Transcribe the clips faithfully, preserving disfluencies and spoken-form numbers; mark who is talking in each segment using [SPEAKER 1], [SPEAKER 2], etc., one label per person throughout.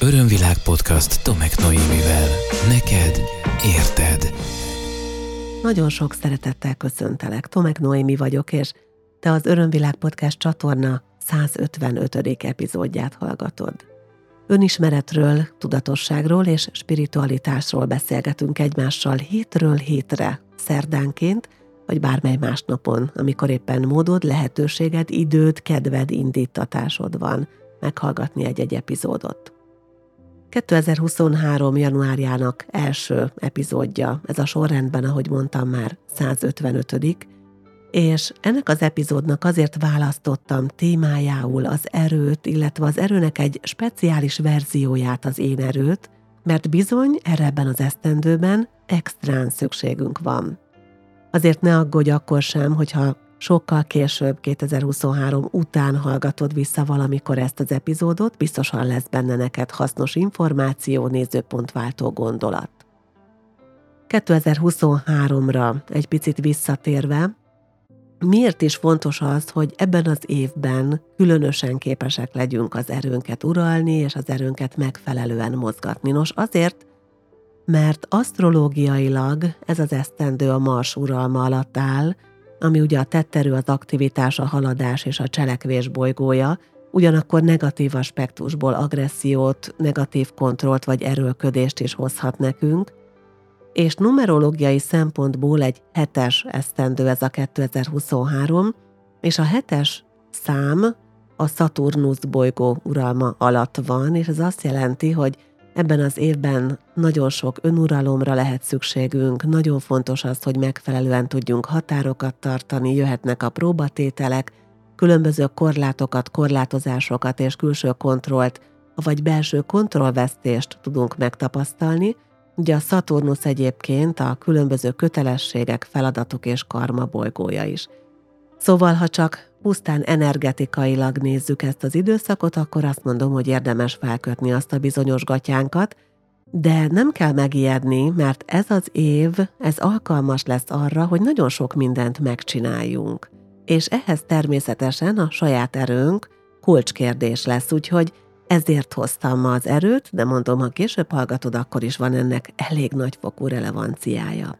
[SPEAKER 1] Örömvilág podcast Tomek Noémivel. Neked érted.
[SPEAKER 2] Nagyon sok szeretettel köszöntelek. Tomek Noémi vagyok, és te az Örömvilág podcast csatorna százötvenötödik epizódját hallgatod. Önismeretről, tudatosságról és spiritualitásról beszélgetünk egymással hétről hétre, szerdánként, vagy bármely más napon, amikor éppen módod, lehetőséged, időd, kedved, indítatásod van meghallgatni egy-egy epizódot. kétezer-huszonhárom. januárjának első epizódja, ez a sorrendben, ahogy mondtam már, százötvenötödik, és ennek az epizódnak azért választottam témájául az erőt, illetve az erőnek egy speciális verzióját, az én erőt, mert bizony erre ebben az esztendőben extrán szükségünk van. Azért ne aggódj akkor sem, hogyha sokkal később, kétezer-huszonhárom után hallgatod vissza valamikor ezt az epizódot, biztosan lesz benne neked hasznos információ, nézőpontváltó gondolat. kétezer-huszonháromra egy picit visszatérve, miért is fontos az, hogy ebben az évben különösen képesek legyünk az erőnket uralni, és az erőnket megfelelően mozgatni? Nos, azért, mert asztrológiailag ez az esztendő a Mars uralma alatt áll, ami ugye a tetterő, az aktivitás, a haladás és a cselekvés bolygója, ugyanakkor negatív aspektusból agressziót, negatív kontrollt vagy erőlködést is hozhat nekünk, és numerológiai szempontból egy hetes esztendő ez a kétezer-huszonhárom, és a hetes szám a Szaturnusz bolygó uralma alatt van, és ez azt jelenti, hogy ebben az évben nagyon sok önuralomra lehet szükségünk, nagyon fontos az, hogy megfelelően tudjunk határokat tartani, jöhetnek a próbatételek, különböző korlátokat, korlátozásokat és külső kontrollt, vagy belső kontrollvesztést tudunk megtapasztalni. Ugye a Szaturnusz egyébként a különböző kötelességek, feladatok és karma bolygója is. Szóval, ha csak pusztán energetikailag nézzük ezt az időszakot, akkor azt mondom, hogy érdemes felkötni azt a bizonyos gatyánkat, de nem kell megijedni, mert ez az év, ez alkalmas lesz arra, hogy nagyon sok mindent megcsináljunk. És ehhez természetesen a saját erőnk kulcskérdés lesz, úgyhogy ezért hoztam ma az erőt, de mondom, ha később hallgatod, akkor is van ennek elég nagyfokú relevanciája.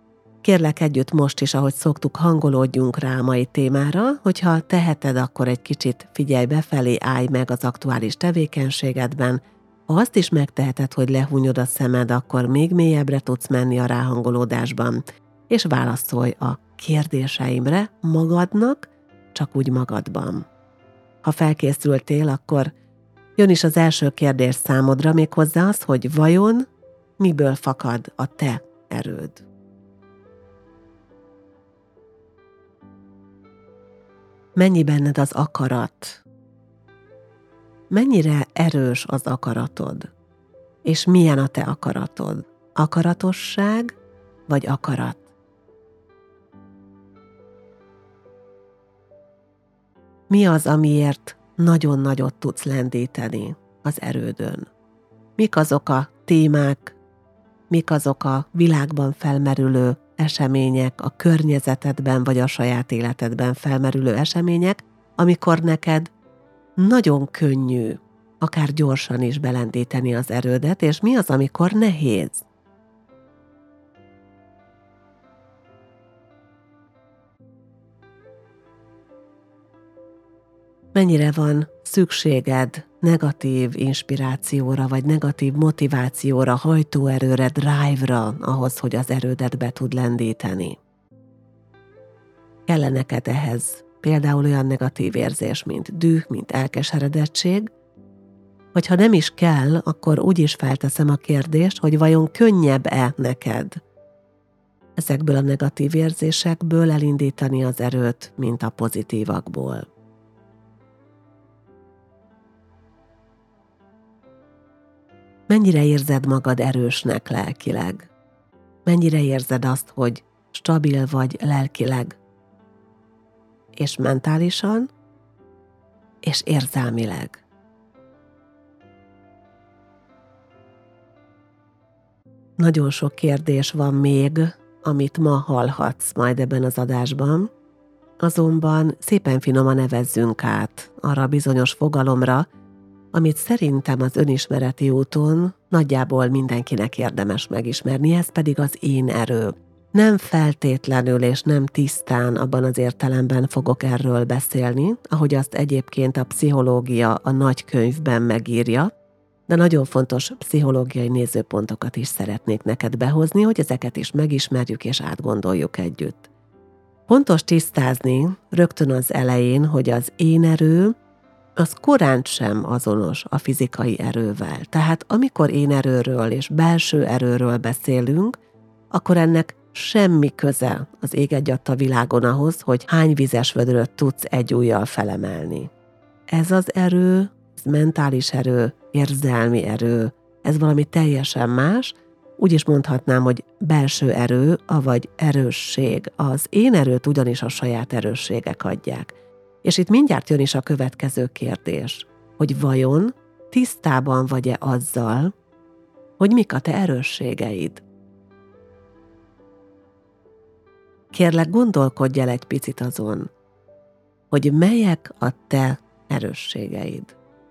[SPEAKER 2] Kérlek együtt most is, ahogy szoktuk, hangolódjunk rá a mai témára, hogyha teheted, akkor egy kicsit figyelj befelé, állj meg az aktuális tevékenységedben. Ha azt is megteheted, hogy lehúnyod a szemed, akkor még mélyebbre tudsz menni a ráhangolódásban, és válaszolj a kérdéseimre magadnak, csak úgy magadban. Ha felkészültél, akkor jön is az első kérdés számodra, méghozzá az, hogy vajon miből fakad a te erőd? Mennyi benned az akarat? Mennyire erős az akaratod? És milyen a te akaratod? Akaratosság vagy akarat? Mi az, amiért nagyon nagyot tudsz lendíteni az erődön? Mik azok a témák, mik azok a világban felmerülő események, a környezetedben vagy a saját életedben felmerülő események, amikor neked nagyon könnyű, akár gyorsan is belendíteni az erődet, és mi az, amikor nehéz? Mennyire van szükséged negatív inspirációra, vagy negatív motivációra, hajtóerőre, drive-ra ahhoz, hogy az erődet be tud lendíteni? Kell neked ehhez például olyan negatív érzés, mint düh, mint elkeseredettség, vagy ha nem is kell, akkor úgy is felteszem a kérdést, hogy vajon könnyebb-e neked ezekből a negatív érzésekből elindítani az erőt, mint a pozitívakból. Mennyire érzed magad erősnek lelkileg? Mennyire érzed azt, hogy stabil vagy lelkileg? És mentálisan? És érzelmileg? Nagyon sok kérdés van még, amit ma hallhatsz majd ebben az adásban, azonban szépen finoman nevezzünk át arra a bizonyos fogalomra, amit szerintem az önismereti úton nagyjából mindenkinek érdemes megismerni, ez pedig az én erő. Nem feltétlenül és nem tisztán abban az értelemben fogok erről beszélni, ahogy azt egyébként a pszichológia a nagy könyvben megírja, de nagyon fontos pszichológiai nézőpontokat is szeretnék neked behozni, hogy ezeket is megismerjük és átgondoljuk együtt. Fontos tisztázni rögtön az elején, hogy az én erő az korán sem azonos a fizikai erővel. Tehát amikor én erőről és belső erőről beszélünk, akkor ennek semmi köze az ég egyatt a világon ahhoz, hogy hány vizes vödröt tudsz egy ujjal felemelni. Ez az erő, ez mentális erő, érzelmi erő, ez valami teljesen más, úgy is mondhatnám, hogy belső erő, avagy erősség. Az én erőt ugyanis a saját erősségek adják. És itt mindjárt jön is a következő kérdés, hogy vajon tisztában vagy-e azzal, hogy mik a te erősségeid? Kérlek, gondolkodj el egy picit azon, hogy melyek a te erősségeid.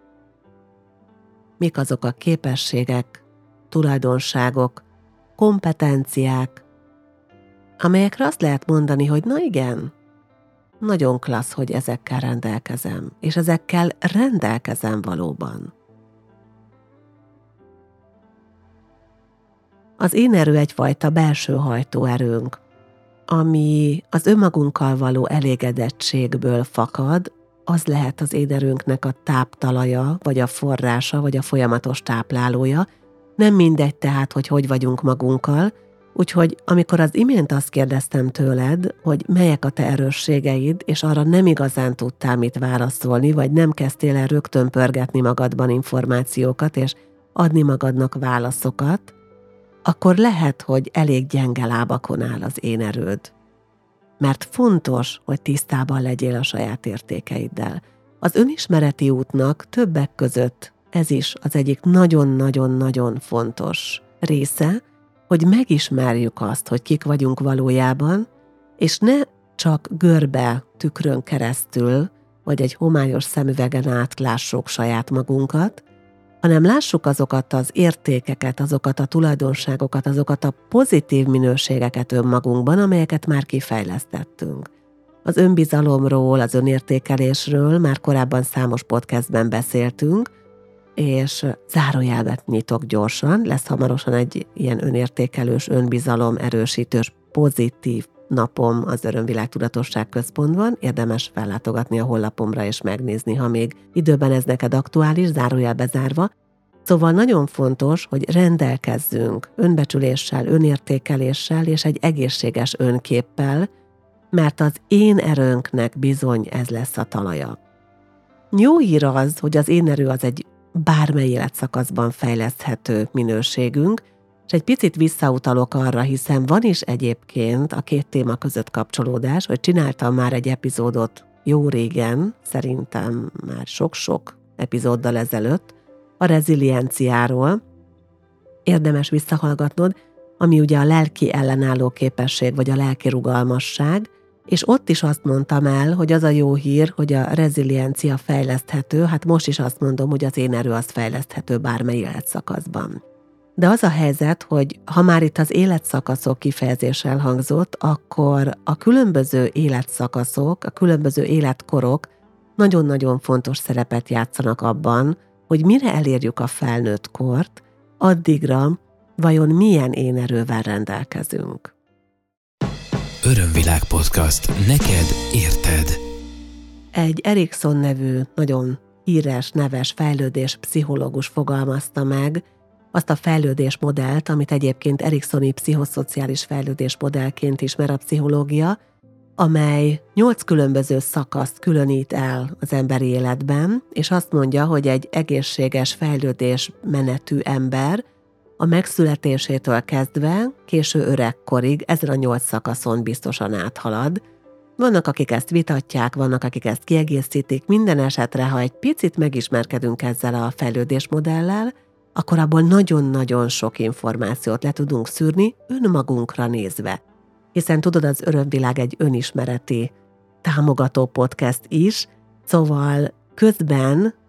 [SPEAKER 2] Mik azok a képességek, tulajdonságok, kompetenciák, amelyekre azt lehet mondani, hogy na igen, nagyon klassz, hogy ezekkel rendelkezem, és ezekkel rendelkezem valóban. Az én erő egyfajta belső hajtóerőnk, ami az önmagunkkal való elégedettségből fakad, az lehet az én erőnknek a táptalaja, vagy a forrása, vagy a folyamatos táplálója. Nem mindegy tehát, hogy hogy vagyunk magunkkal, úgyhogy amikor az imént azt kérdeztem tőled, hogy melyek a te erősségeid, és arra nem igazán tudtál mit válaszolni, vagy nem kezdtél el rögtön pörgetni magadban információkat, és adni magadnak válaszokat, akkor lehet, hogy elég gyenge lábakon áll az én erőd. Mert fontos, hogy tisztában legyél a saját értékeiddel. Az önismereti útnak többek között ez is az egyik nagyon-nagyon-nagyon fontos része, hogy megismerjük azt, hogy kik vagyunk valójában, és ne csak görbe tükrön keresztül, vagy egy homályos szemüvegen át lássuk saját magunkat, hanem lássuk azokat az értékeket, azokat a tulajdonságokat, azokat a pozitív minőségeket önmagunkban, amelyeket már kifejlesztettünk. Az önbizalomról, az önértékelésről már korábban számos podcastben beszéltünk, és zárójelvet nyitok gyorsan, lesz hamarosan egy ilyen önértékelős, önbizalom erősítős, pozitív napom az Örömvilág Tudatosság Központban, érdemes fellátogatni a honlapomra és megnézni, ha még időben ez neked aktuális, zárójel bezárva. Szóval nagyon fontos, hogy rendelkezzünk önbecsüléssel, önértékeléssel és egy egészséges önképpel, mert az én erőnknek bizony ez lesz a talaja. Jó hír az, hogy az én erő az egy bármely életszakaszban fejleszthető minőségünk, és egy picit visszautalok arra, hiszen van is egyébként a két téma között kapcsolódás, hogy csináltam már egy epizódot jó régen, szerintem már sok-sok epizóddal ezelőtt, a rezilienciáról. Érdemes visszahallgatnod, ami ugye a lelki ellenálló képesség, vagy a lelki rugalmasság, és ott is azt mondtam el, hogy az a jó hír, hogy a reziliencia fejleszthető, hát most is azt mondom, hogy az én erő az fejleszthető bármely életszakaszban. De az a helyzet, hogy ha már itt az életszakaszok kifejezés elhangzott, akkor a különböző életszakaszok, a különböző életkorok nagyon-nagyon fontos szerepet játszanak abban, hogy mire elérjük a felnőtt kort, addigra vajon milyen én erővel rendelkezünk.
[SPEAKER 1] Örömvilág podcast. Neked érted.
[SPEAKER 2] Egy Erikson nevű, nagyon híres, neves fejlődés pszichológus fogalmazta meg azt a fejlődés modellt, amit egyébként eriksoni pszichoszociális fejlődés modellként ismer a pszichológia, amely nyolc különböző szakaszt különít el az emberi életben, és azt mondja, hogy egy egészséges fejlődés menetű ember a megszületésétől kezdve késő öregkorig ezen a nyolc szakaszon biztosan áthalad. Vannak, akik ezt vitatják, vannak, akik ezt kiegészítik, minden esetre, ha egy picit megismerkedünk ezzel a fejlődésmodellel, akkor abból nagyon-nagyon sok információt le tudunk szűrni önmagunkra nézve. Hiszen tudod, az Örömvilág egy önismereti támogató podcast is, szóval közben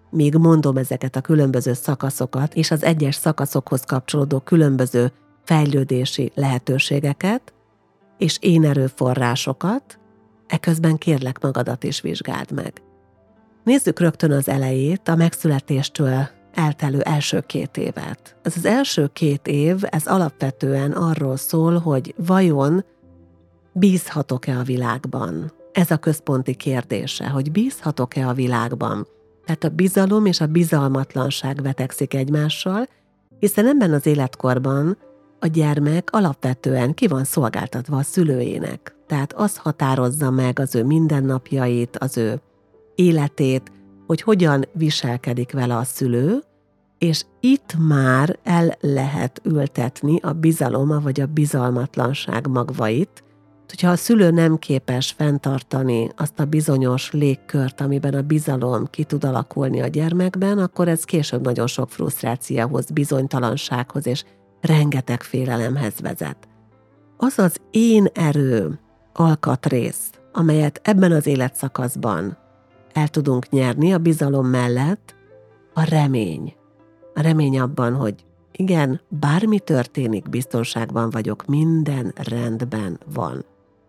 [SPEAKER 2] míg mondom ezeket a különböző szakaszokat, és az egyes szakaszokhoz kapcsolódó különböző fejlődési lehetőségeket, és én erőforrásokat, eközben kérlek magadat is vizsgáld meg. Nézzük rögtön az elejét, a megszületéstől eltelő első két évet. Ez az első két év, ez alapvetően arról szól, hogy vajon bízhatok-e a világban? Ez a központi kérdése, hogy bízhatok-e a világban? Tehát a bizalom és a bizalmatlanság vetekszik egymással, hiszen ebben az életkorban a gyermek alapvetően ki van szolgáltatva a szülőjének. Tehát az határozza meg az ő mindennapjait, az ő életét, hogy hogyan viselkedik vele a szülő, és itt már el lehet ültetni a bizalom vagy a bizalmatlanság magvait, hogyha a szülő nem képes fenntartani azt a bizonyos légkört, amiben a bizalom ki tud alakulni a gyermekben, akkor ez később nagyon sok frusztrációhoz, bizonytalansághoz és rengeteg félelemhez vezet. Az az én erő alkatrész, amelyet ebben az életszakaszban el tudunk nyerni a bizalom mellett, a remény. A remény abban, hogy igen, bármi történik, biztonságban vagyok, minden rendben van.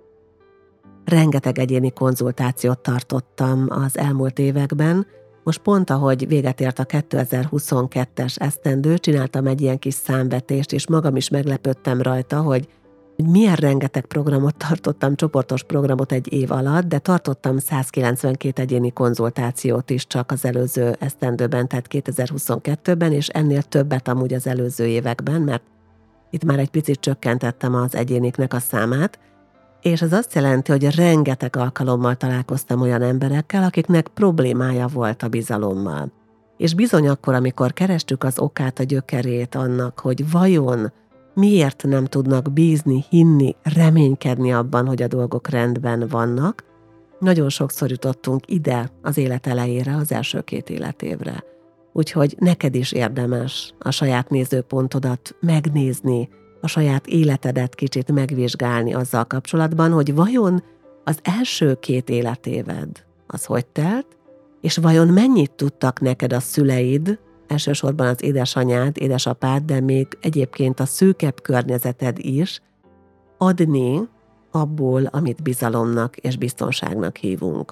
[SPEAKER 2] Rengeteg egyéni konzultációt tartottam az elmúlt években, most pont ahogy véget ért a kétezer-huszonkettes esztendő, csináltam egy ilyen kis számvetést, és magam is meglepődtem rajta, hogy milyen rengeteg programot tartottam, csoportos programot egy év alatt, de tartottam százkilencvenkét egyéni konzultációt is csak az előző esztendőben, tehát kétezer-huszonkettőben, és ennél többet amúgy az előző években, mert itt már egy picit csökkentettem az egyéniknek a számát, és ez azt jelenti, hogy rengeteg alkalommal találkoztam olyan emberekkel, akiknek problémája volt a bizalommal. És bizony akkor, amikor kerestük az okát, a gyökerét annak, hogy vajon miért nem tudnak bízni, hinni, reménykedni abban, hogy a dolgok rendben vannak, nagyon sokszor jutottunk ide az élet elejére, az első két életévre. Úgyhogy neked is érdemes a saját nézőpontodat megnézni, a saját életedet kicsit megvizsgálni azzal kapcsolatban, hogy vajon az első két életéved az hogy telt, és vajon mennyit tudtak neked a szüleid, elsősorban az édesanyád, édesapád, de még egyébként a szűkebb környezeted is adni abból, amit bizalomnak és biztonságnak hívunk.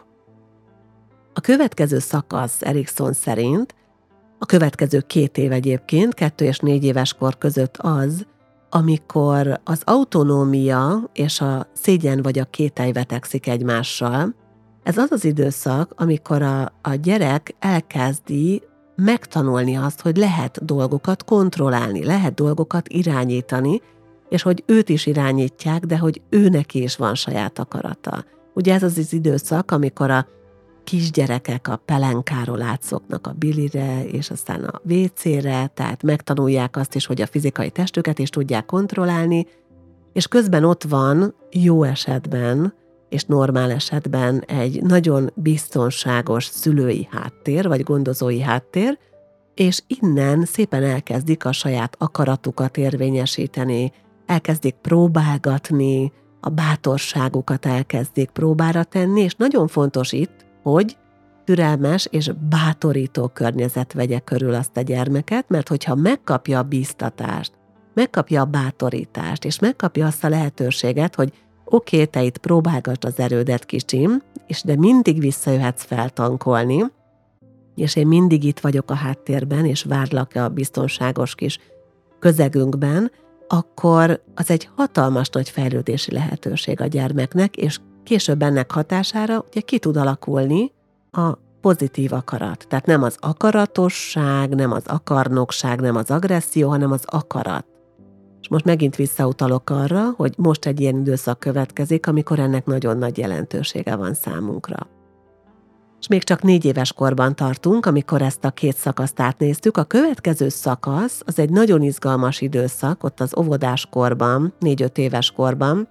[SPEAKER 2] A következő szakasz Erikson szerint, a következő két év egyébként, kettő és négy éves kor között az, amikor az autonómia és a szégyen vagy a kételj vetekszik egymással. Ez az az időszak, amikor a, a gyerek elkezdi megtanulni azt, hogy lehet dolgokat kontrollálni, lehet dolgokat irányítani, és hogy őt is irányítják, de hogy őnek is van saját akarata. Ugye ez az az időszak, amikor a kisgyerekek a pelenkáról átszoknak a bilire, és aztán a vécére, tehát megtanulják azt is, hogy a fizikai testüket is tudják kontrollálni, és közben ott van jó esetben, és normál esetben egy nagyon biztonságos szülői háttér, vagy gondozói háttér, és innen szépen elkezdik a saját akaratukat érvényesíteni, elkezdik próbálgatni, a bátorságukat elkezdik próbára tenni, és nagyon fontos itt, hogy türelmes és bátorító környezet vegye körül azt a gyermeket, mert hogyha megkapja a bíztatást, megkapja a bátorítást, és megkapja azt a lehetőséget, hogy oké, okay, te itt próbálgasd az erődet, kicsim, és de mindig visszajöhetsz feltankolni, és én mindig itt vagyok a háttérben, és várlak a biztonságos kis közegünkben, akkor az egy hatalmas nagy fejlődési lehetőség a gyermeknek, és később ennek hatására ugye ki tud alakulni a pozitív akarat. Tehát nem az akaratosság, nem az akarnokság, nem az agresszió, hanem az akarat. És most megint visszautalok arra, hogy most egy ilyen időszak következik, amikor ennek nagyon nagy jelentősége van számunkra. És még csak négy éves korban tartunk, amikor ezt a két szakaszt átnéztük. A következő szakasz az egy nagyon izgalmas időszak, ott az óvodás korban, négy-öt éves korban,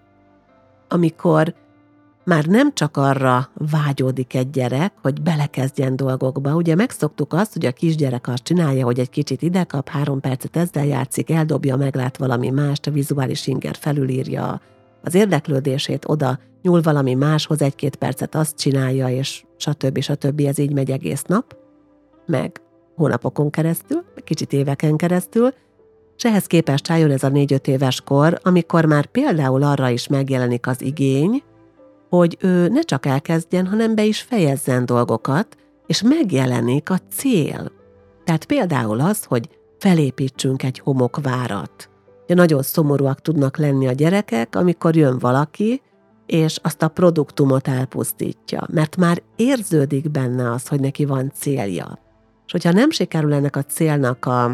[SPEAKER 2] amikor már nem csak arra vágyódik egy gyerek, hogy belekezdjen dolgokba. Ugye megszoktuk azt, hogy a kisgyerek azt csinálja, hogy egy kicsit ide kap, három percet ezzel játszik, eldobja, meglát valami mást, a vizuális inger felülírja az érdeklődését, oda nyúl valami máshoz, egy-két percet azt csinálja, és stb. stb. Ez így megy egész nap. meg hónapokon keresztül, meg kicsit éveken keresztül, és ehhez képest rájön ez a négy-öt éves kor, amikor már például arra is megjelenik az igény, hogy ő ne csak elkezdjen, hanem be is fejezzen dolgokat, és megjelenik a cél. Tehát például az, hogy felépítsünk egy homokvárat. Ja, nagyon szomorúak tudnak lenni a gyerekek, amikor jön valaki, és azt a produktumot elpusztítja, mert már érződik benne az, hogy neki van célja. És hogyha nem sikerül ennek a célnak a,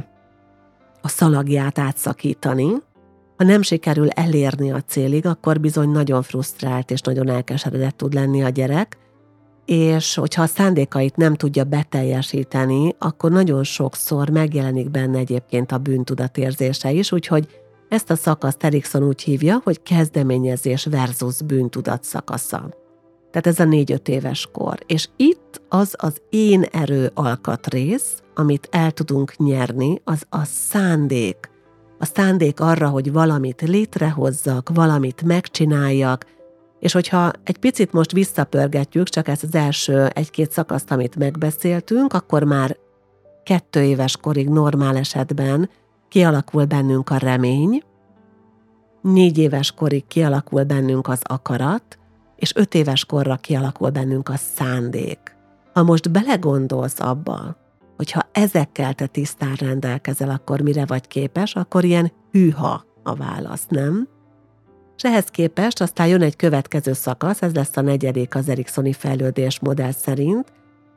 [SPEAKER 2] a szalagját átszakítani, ha nem sikerül elérni a célig, akkor bizony nagyon frusztrált és nagyon elkeseredett tud lenni a gyerek, és hogyha a szándékait nem tudja beteljesíteni, akkor nagyon sokszor megjelenik benne egyébként a bűntudatérzése is, úgyhogy ezt a szakaszt Erikson úgy hívja, hogy kezdeményezés versus bűntudat szakasza. Tehát ez a négy-öt éves kor. És itt az az én erő alkatrész, amit el tudunk nyerni, az a szándék. A szándék arra, hogy valamit létrehozzak, valamit megcsináljak, és hogyha egy picit most visszapörgetjük, csak ezt az első egy-két szakaszt, amit megbeszéltünk, akkor már kettő éves korig normál esetben kialakul bennünk a remény, négy éves korig kialakul bennünk az akarat, és öt éves korra kialakul bennünk a szándék. Ha most belegondolsz abba, hogyha ezekkel te tisztán rendelkezel, akkor mire vagy képes, akkor ilyen hűha a válasz, nem? És ehhez képest aztán jön egy következő szakasz, ez lesz a negyedik az eriksoni fejlődés modell szerint,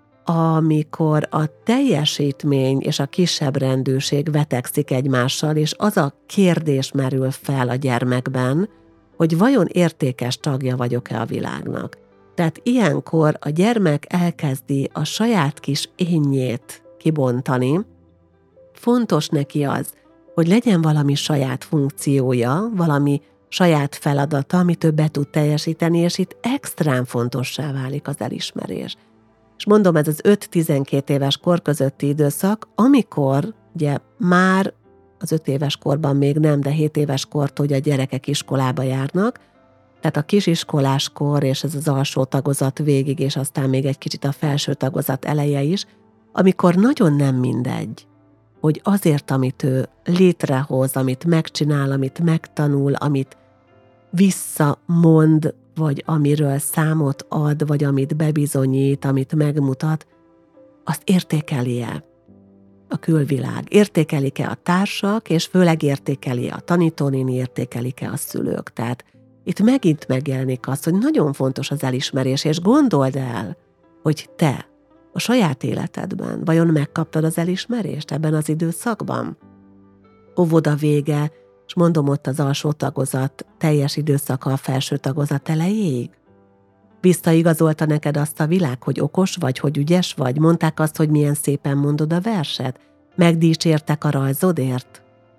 [SPEAKER 2] amikor a teljesítmény és a kisebb rendűség vetekszik egymással, és az a kérdés merül fel a gyermekben, hogy vajon értékes tagja vagyok-e a világnak. Tehát ilyenkor a gyermek elkezdi a saját kis énjét kibontani. Fontos neki az, hogy legyen valami saját funkciója, valami saját feladata, amit ő be tud teljesíteni, és itt extrán fontossá válik az elismerés. És mondom, ez az öt-tizenkét éves kor közötti időszak, amikor ugye már az öt éves korban még nem, de hét éves kortól ugye a gyerekek iskolába járnak, tehát a kisiskolás kor és ez az alsó tagozat végig, és aztán még egy kicsit a felső tagozat eleje is, amikor nagyon nem mindegy, hogy azért, amit ő létrehoz, amit megcsinál, amit megtanul, amit visszamond, vagy amiről számot ad, vagy amit bebizonyít, amit megmutat, azt értékeli-e a külvilág? Értékelik-e a társak, és főleg értékeli a tanítónéni, értékelik-e a szülők? Tehát itt megint megjelenik az, hogy nagyon fontos az elismerés, és gondold el, hogy te a saját életedben vajon megkaptad az elismerést ebben az időszakban? Óvoda vége, és mondom, ott az alsó tagozat teljes időszaka a felső tagozat elejéig? Visszaigazolta neked azt a világ, hogy okos vagy, hogy ügyes vagy? Mondták azt, hogy milyen szépen mondod a verset? Megdicsértek a rajzodért?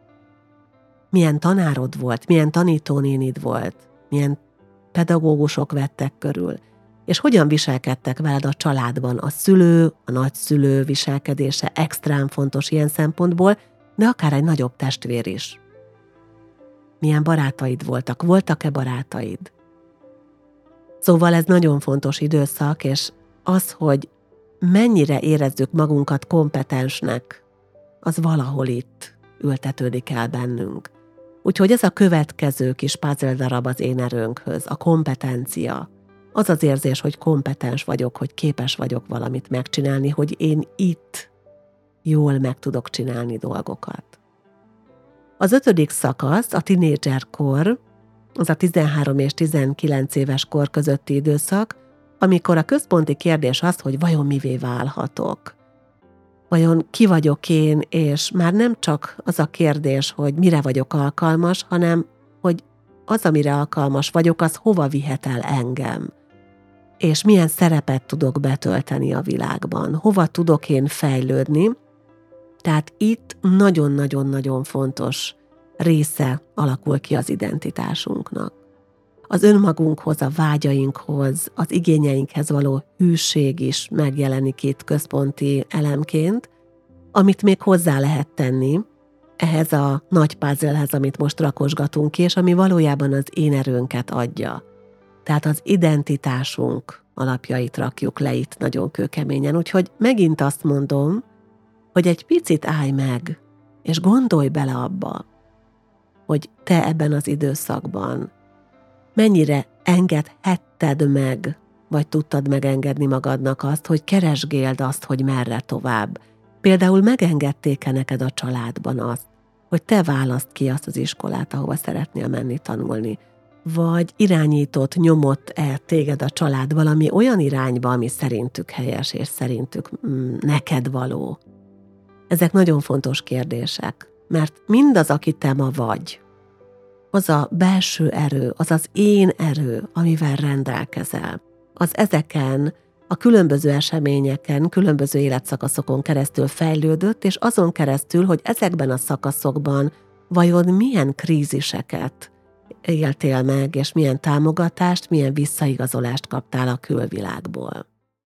[SPEAKER 2] Milyen tanárod volt? Milyen tanítónénid volt? Milyen pedagógusok vettek körül? És hogyan viselkedtek veled a családban? A szülő, a nagyszülő viselkedése extrán fontos ilyen szempontból, de akár egy nagyobb testvér is. Milyen barátaid voltak? Voltak-e barátaid? Szóval ez nagyon fontos időszak, és az, hogy mennyire érezzük magunkat kompetensnek, az valahol itt ültetődik el bennünk. Úgyhogy ez a következő kis puzzle darab az én erőnkhöz, a kompetencia. Az az érzés, hogy kompetens vagyok, hogy képes vagyok valamit megcsinálni, hogy én itt jól meg tudok csinálni dolgokat. Az ötödik szakasz, a tinédzserkor, az a tizenhárom és tizenkilenc éves kor közötti időszak, amikor a központi kérdés az, hogy vajon mivé válhatok. Vajon ki vagyok én, és már nem csak az a kérdés, hogy mire vagyok alkalmas, hanem hogy az, amire alkalmas vagyok, az hova vihet el engem. És milyen szerepet tudok betölteni a világban, hova tudok én fejlődni. Tehát itt nagyon-nagyon-nagyon fontos része alakul ki az identitásunknak. Az önmagunkhoz, a vágyainkhoz, az igényeinkhez való hűség is megjelenik itt központi elemként, amit még hozzá lehet tenni ehhez a nagy puzzlehez, amit most rakosgatunk ki, és ami valójában az én erőnket adja. Tehát az identitásunk alapjait rakjuk le itt nagyon kőkeményen. Úgyhogy megint azt mondom, hogy egy picit állj meg, és gondolj bele abba, hogy te ebben az időszakban mennyire engedhetted meg, vagy tudtad megengedni magadnak azt, hogy keresgéld azt, hogy merre tovább. Például megengedték-e neked a családban azt, hogy te válaszd ki azt az iskolát, ahova szeretnél menni tanulni, vagy irányított, nyomott-e téged a család valami olyan irányba, ami szerintük helyes, és szerintük mm, neked való. Ezek nagyon fontos kérdések, mert mindaz, aki te ma vagy, az a belső erő, az az én erő, amivel rendelkezel, az ezeken a különböző eseményeken, különböző életszakaszokon keresztül fejlődött, és azon keresztül, hogy ezekben a szakaszokban vajon milyen kríziseket éltél meg, és milyen támogatást, milyen visszaigazolást kaptál a külvilágból.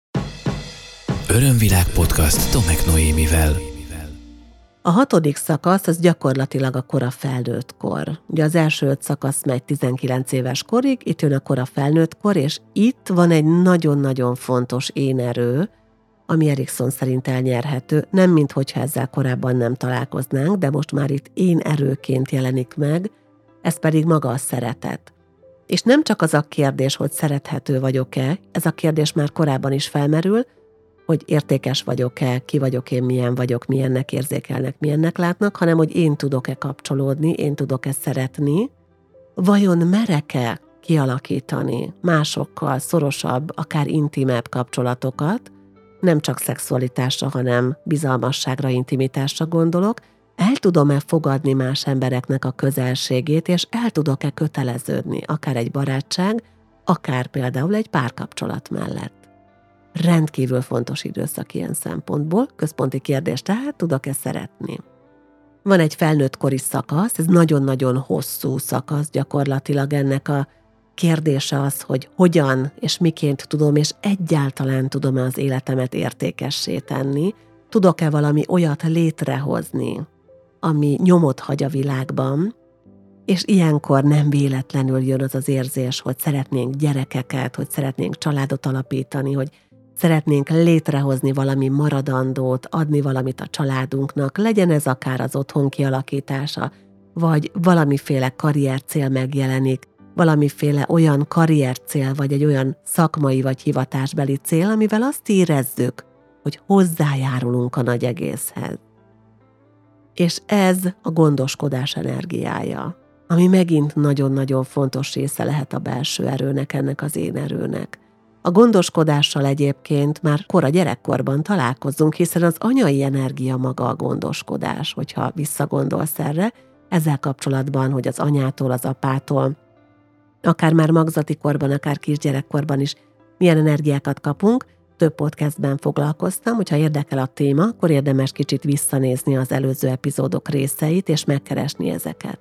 [SPEAKER 1] Örömvilág podcast Tomek Noémivel.
[SPEAKER 2] A hatodik szakasz az gyakorlatilag a kora felnőtt kor. Ugye az első öt szakasz megy tizenkilenc éves korig, itt jön a kora felnőtt kor, és itt van egy nagyon-nagyon fontos énerő, ami Erikson szerint elnyerhető, nem minthogyha ezzel korábban nem találkoznánk, de most már itt én erőként jelenik meg, ez pedig maga a szeretet. És nem csak az a kérdés, hogy szerethető vagyok-e, ez a kérdés már korábban is felmerül, hogy értékes vagyok-e, ki vagyok én, milyen vagyok, milyennek érzékelnek, milyennek látnak, hanem hogy én tudok-e kapcsolódni, én tudok-e szeretni, vajon merek-e kialakítani másokkal szorosabb, akár intimebb kapcsolatokat, nem csak szexualitásra, hanem bizalmasságra, intimitásra gondolok, el tudom-e fogadni más embereknek a közelségét, és el tudok-e köteleződni, akár egy barátság, akár például egy párkapcsolat mellett. Rendkívül fontos időszak ilyen szempontból, központi kérdés, tehát tudok-e szeretni. Van egy felnőttkori szakasz, ez nagyon-nagyon hosszú szakasz, gyakorlatilag ennek a kérdése az, hogy hogyan és miként tudom, és egyáltalán tudom-e az életemet értékessé tenni, tudok-e valami olyat létrehozni, ami nyomot hagy a világban, és ilyenkor nem véletlenül jön az az érzés, hogy szeretnénk gyerekeket, hogy szeretnénk családot alapítani, hogy szeretnénk létrehozni valami maradandót, adni valamit a családunknak, legyen ez akár az otthon kialakítása, vagy valamiféle karriercél megjelenik, valamiféle olyan karriercél, vagy egy olyan szakmai vagy hivatásbeli cél, amivel azt érezzük, hogy hozzájárulunk a nagy egészhez. És ez a gondoskodás energiája, ami megint nagyon-nagyon fontos része lehet a belső erőnek, ennek az én erőnek. A gondoskodással egyébként már kora gyerekkorban találkozunk, hiszen az anyai energia maga a gondoskodás, hogyha visszagondolsz erre, ezzel kapcsolatban, hogy az anyától, az apától, akár már magzati korban, akár kisgyerekkorban is milyen energiákat kapunk, több podcastben foglalkoztam, hogyha érdekel a téma, akkor érdemes kicsit visszanézni az előző epizódok részeit, és megkeresni ezeket.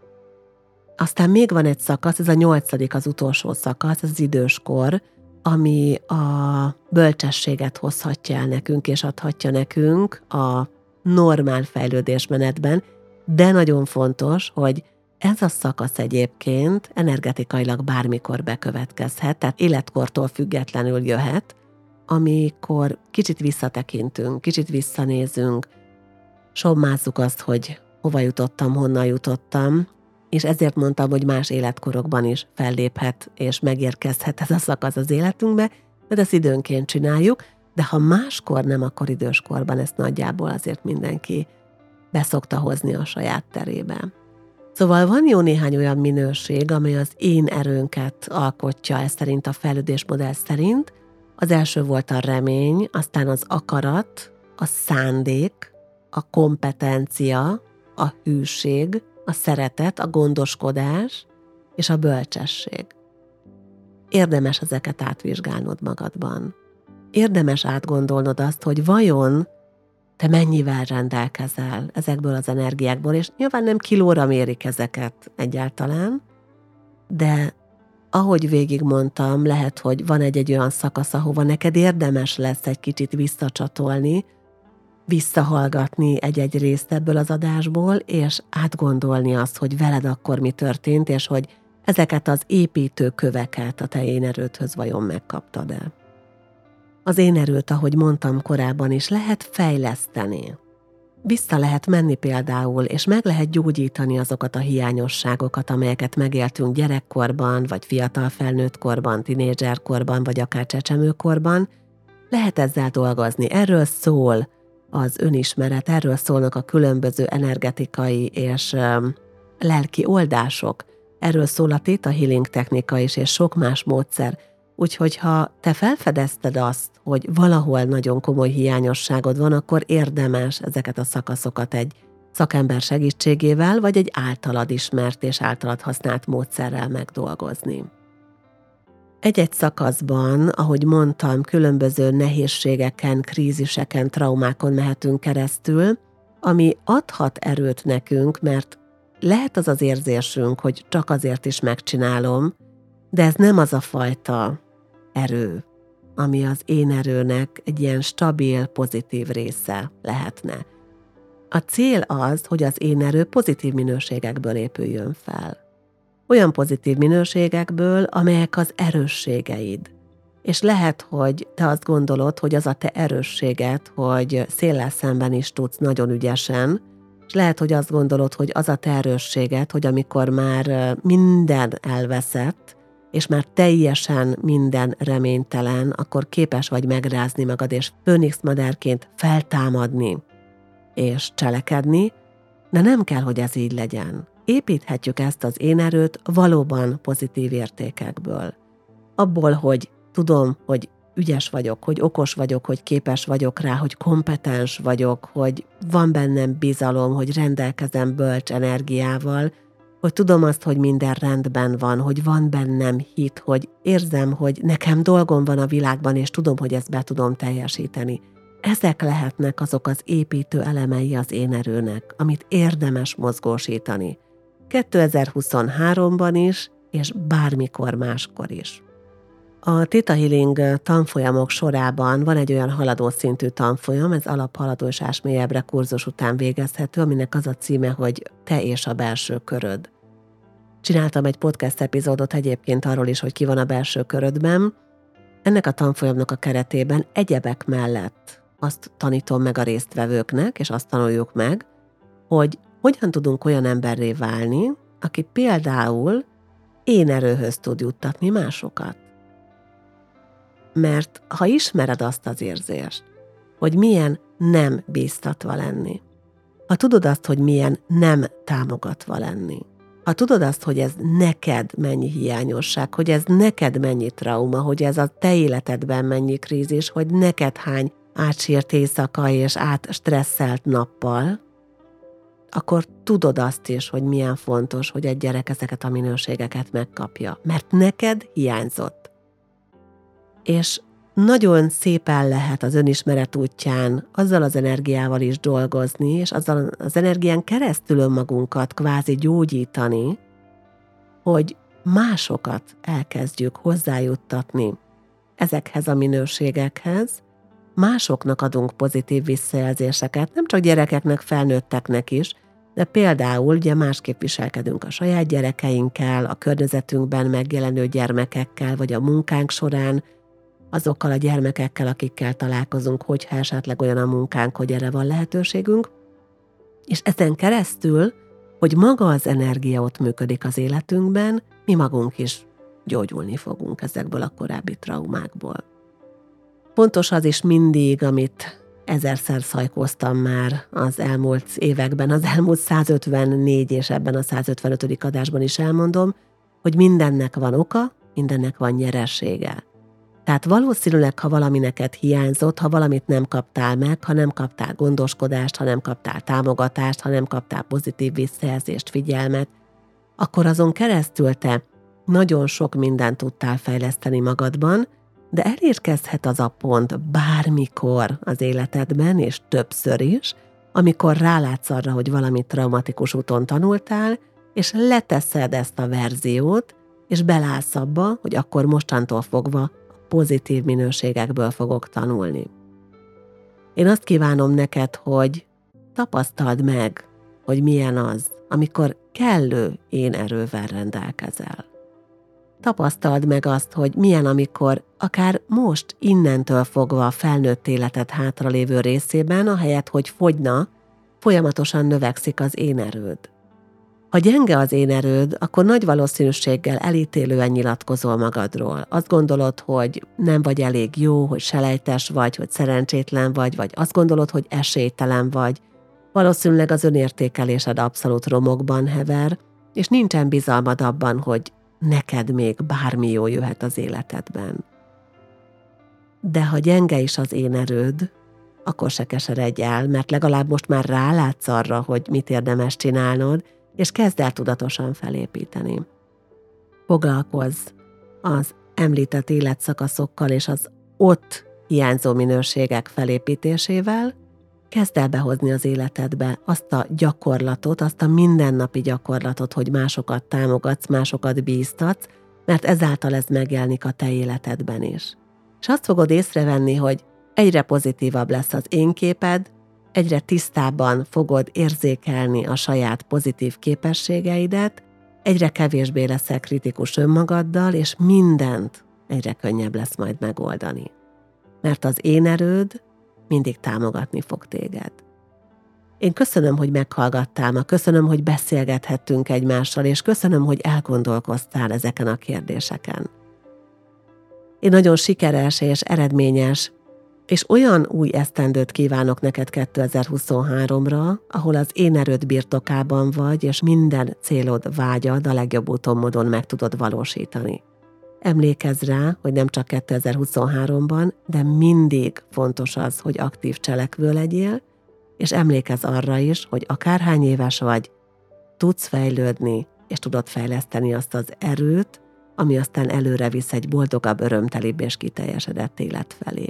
[SPEAKER 2] Aztán még van egy szakasz, ez a nyolcadik, az utolsó szakasz, ez az időskor, ami a bölcsességet hozhatja el nekünk, és adhatja nekünk a normál fejlődésmenetben, de nagyon fontos, hogy ez a szakasz egyébként energetikailag bármikor bekövetkezhet, tehát életkortól függetlenül jöhet, amikor kicsit visszatekintünk, kicsit visszanézünk, sommázzuk azt, hogy hova jutottam, honnan jutottam, és ezért mondtam, hogy más életkorokban is felléphet és megérkezhet ez a szakasz az életünkbe, mert ezt időnként csináljuk, de ha máskor nem, akkor időskorban ezt nagyjából azért mindenki beszokta hozni a saját terébe. Szóval van jó néhány olyan minőség, amely az én erőnket alkotja, ez szerint a fejlődésmodell szerint. Az első volt a remény, aztán az akarat, a szándék, a kompetencia, a hűség, a szeretet, a gondoskodás és a bölcsesség. Érdemes ezeket átvizsgálnod magadban. Érdemes átgondolnod azt, hogy vajon te mennyivel rendelkezel ezekből az energiákból, és nyilván nem kilóra mérik ezeket egyáltalán, de ahogy végigmondtam, lehet, hogy van egy-egy olyan szakasz, ahova neked érdemes lesz egy kicsit visszacsatolni, visszahallgatni egy-egy részt ebből az adásból, és átgondolni azt, hogy veled akkor mi történt, és hogy ezeket az építő köveket a te én erődhöz vajon megkaptad-e? Az én erőt, ahogy mondtam korábban is, lehet fejleszteni. Vissza lehet menni például, és meg lehet gyógyítani azokat a hiányosságokat, amelyeket megéltünk gyerekkorban, vagy fiatal felnőtt korban, tinédzserkorban, vagy akár csecsemőkorban. Lehet ezzel dolgozni. Erről szól az önismeret, erről szólnak a különböző energetikai és um, lelki oldások. Erről szól a Theta Healing technika is, és sok más módszer. Úgyhogy ha te felfedezted azt, hogy valahol nagyon komoly hiányosságod van, akkor érdemes ezeket a szakaszokat egy szakember segítségével, vagy egy általad ismert és általad használt módszerrel megdolgozni. Egy-egy szakaszban, ahogy mondtam, különböző nehézségeken, kríziseken, traumákon mehetünk keresztül, ami adhat erőt nekünk, mert lehet az az érzésünk, hogy csak azért is megcsinálom, de ez nem az a fajta erő, ami az én erőnek egy ilyen stabil, pozitív része lehetne. A cél az, hogy az én erő pozitív minőségekből épüljön fel. Olyan pozitív minőségekből, amelyek az erősségeid. És lehet, hogy te azt gondolod, hogy az a te erősséged, hogy széllel szemben is tudsz nagyon ügyesen, és lehet, hogy azt gondolod, hogy az a te erősséged, hogy amikor már minden elveszett, és már teljesen minden reménytelen, akkor képes vagy megrázni magad, és főnix madárként feltámadni, és cselekedni, de nem kell, hogy ez így legyen. Építhetjük ezt az én erőt valóban pozitív értékekből. Abból, hogy tudom, hogy ügyes vagyok, hogy okos vagyok, hogy képes vagyok rá, hogy kompetens vagyok, hogy van bennem bizalom, hogy rendelkezem bölcs energiával, hogy tudom azt, hogy minden rendben van, hogy van bennem hit, hogy érzem, hogy nekem dolgom van a világban, és tudom, hogy ezt be tudom teljesíteni. Ezek lehetnek azok az építő elemei az én erőnek, amit érdemes mozgósítani. kétezer-huszonháromban is, és bármikor máskor is. A Theta Healing tanfolyamok sorában van egy olyan haladó szintű tanfolyam, ez alaphaladó és ásmélyebbre kurzus után végezhető, aminek az a címe, hogy Te és a belső köröd. Csináltam egy podcast epizódot egyébként arról is, hogy ki van a belső körödben. Ennek a tanfolyamnak a keretében egyebek mellett azt tanítom meg a résztvevőknek, és azt tanuljuk meg, hogy hogyan tudunk olyan emberré válni, aki például én erőhöz tud juttatni másokat. Mert ha ismered azt az érzést, hogy milyen nem bíztatva lenni, ha tudod azt, hogy milyen nem támogatva lenni, ha tudod azt, hogy ez neked mennyi hiányosság, hogy ez neked mennyi trauma, hogy ez a te életedben mennyi krízis, hogy neked hány átsírt éjszaka és átstresszelt nappal, akkor tudod azt is, hogy milyen fontos, hogy egy gyerek ezeket a minőségeket megkapja, mert neked hiányzott. És nagyon szépen lehet az önismeret útján azzal az energiával is dolgozni, és azzal az energián keresztül önmagunkat kvázi gyógyítani, hogy másokat elkezdjük hozzájuttatni ezekhez a minőségekhez, másoknak adunk pozitív visszajelzéseket, nem csak gyerekeknek, felnőtteknek is, de például ugye másképp viselkedünk a saját gyerekeinkkel, a környezetünkben megjelenő gyermekekkel, vagy a munkánk során, azokkal a gyermekekkel, akikkel találkozunk, hogyha esetleg olyan a munkánk, hogy erre van lehetőségünk, és ezen keresztül, hogy maga az energia ott működik az életünkben, mi magunk is gyógyulni fogunk ezekből a korábbi traumákból. Fontos az is mindig, amit ezerszer szajkóztam már az elmúlt években, az elmúlt százötvennégy és ebben a százötvenötödik adásban is elmondom, hogy mindennek van oka, mindennek van nyeresége. Tehát valószínűleg, ha valami neked hiányzott, ha valamit nem kaptál meg, ha nem kaptál gondoskodást, ha nem kaptál támogatást, ha nem kaptál pozitív visszajelzést, figyelmet, akkor azon keresztül te nagyon sok mindent tudtál fejleszteni magadban, de elérkezhet az a pont bármikor az életedben, és többször is, amikor rálátsz arra, hogy valami traumatikus úton tanultál, és leteszed ezt a verziót, és belállsz abba, hogy akkor mostantól fogva pozitív minőségekből fogok tanulni. Én azt kívánom neked, hogy tapasztald meg, hogy milyen az, amikor kellő én erővel rendelkezel. tapasztald meg azt, hogy milyen, amikor akár most innentől fogva a felnőtt életed hátralévő részében, ahelyett, hogy fogyna, folyamatosan növekszik az én erőd. Ha gyenge az én erőd, akkor nagy valószínűséggel elítélően nyilatkozol magadról. Azt gondolod, hogy nem vagy elég jó, hogy selejtes vagy, hogy szerencsétlen vagy, vagy azt gondolod, hogy esélytelen vagy. Valószínűleg az önértékelésed abszolút romokban hever, és nincsen bizalmad abban, hogy neked még bármi jó jöhet az életedben. De ha gyenge is az én erőd, akkor se keseredj el, mert legalább most már rálátsz arra, hogy mit érdemes csinálnod, és kezd el tudatosan felépíteni. Foglalkozz az említett életszakaszokkal és az ott hiányzó minőségek felépítésével, kezd el behozni az életedbe azt a gyakorlatot, azt a mindennapi gyakorlatot, hogy másokat támogatsz, másokat bíztatsz, mert ezáltal ez megjelenik a te életedben is. És azt fogod észrevenni, hogy egyre pozitívabb lesz az én képed, egyre tisztábban fogod érzékelni a saját pozitív képességeidet, egyre kevésbé leszel kritikus önmagaddal, és mindent egyre könnyebb lesz majd megoldani. Mert az én erőd mindig támogatni fog téged. Én köszönöm, hogy meghallgattál ma, köszönöm, hogy beszélgethettünk egymással, és köszönöm, hogy elgondolkoztál ezeken a kérdéseken. Én nagyon sikeres és eredményes, és olyan új esztendőt kívánok neked kétezer-huszonháromra, ahol az én erőd birtokában vagy, és minden célod, vágyad a legjobb úton, módon meg tudod valósítani. Emlékezz rá, hogy nem csak kétezer-huszonháromban, de mindig fontos az, hogy aktív cselekvő legyél, és emlékezz arra is, hogy akárhány éves vagy, tudsz fejlődni, és tudod fejleszteni azt az erőt, ami aztán előre visz egy boldogabb, örömtelibb és kiteljesedett élet felé.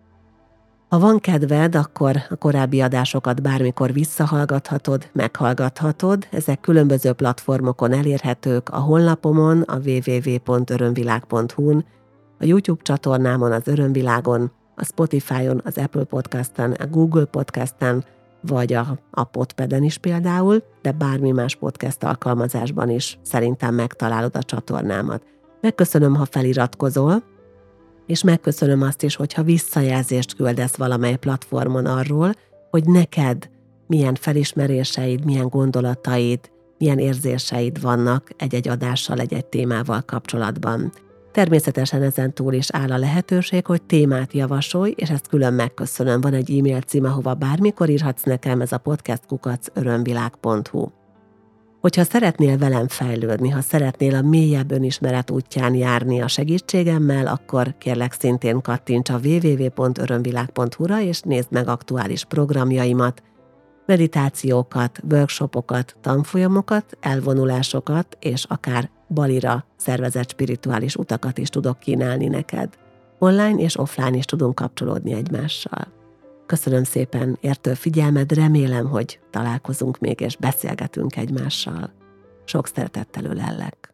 [SPEAKER 2] Ha van kedved, akkor a korábbi adásokat bármikor visszahallgathatod, meghallgathatod. Ezek különböző platformokon elérhetők, a honlapomon, a double-u double-u double-u pont örömvilág pont hu-n, a YouTube csatornámon, az Örömvilágon, a Spotify-on, az Apple Podcast-en, a Google Podcast-en, vagy a, a Podpeden is például, de bármi más podcast alkalmazásban is szerintem megtalálod a csatornámat. Megköszönöm, ha feliratkozol, és megköszönöm azt is, hogyha visszajelzést küldesz valamely platformon arról, hogy neked milyen felismeréseid, milyen gondolataid, milyen érzéseid vannak egy-egy adással, egy-egy témával kapcsolatban. Természetesen ezen túl is áll a lehetőség, hogy témát javasolj, és ezt külön megköszönöm. Van egy e-mail cím, ahova bármikor írhatsz nekem, ez a podcast kukac örömvilág pont hu. Hogyha szeretnél velem fejlődni, ha szeretnél a mélyebb önismeret útján járni a segítségemmel, akkor kérlek szintén kattints a double-u double-u double-u pont örömvilág pont hu-ra, és nézd meg aktuális programjaimat, meditációkat, workshopokat, tanfolyamokat, elvonulásokat, és akár Balira szervezett spirituális utakat is tudok kínálni neked. Online és offline is tudunk kapcsolódni egymással. Köszönöm szépen értő figyelmed, remélem, hogy találkozunk még és beszélgetünk egymással. Sok szeretettel ölellek.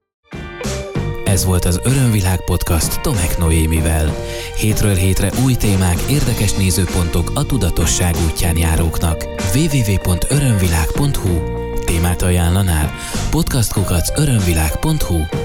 [SPEAKER 1] Ez volt az Örömvilág Podcast Tomek Noémivel. Hétről hétre új témák, érdekes nézőpontok a tudatosság útján járóknak. double-u double-u double-u pont örömvilág pont hu. Témát ajánlanál? podcast kukac örömvilág pont hu.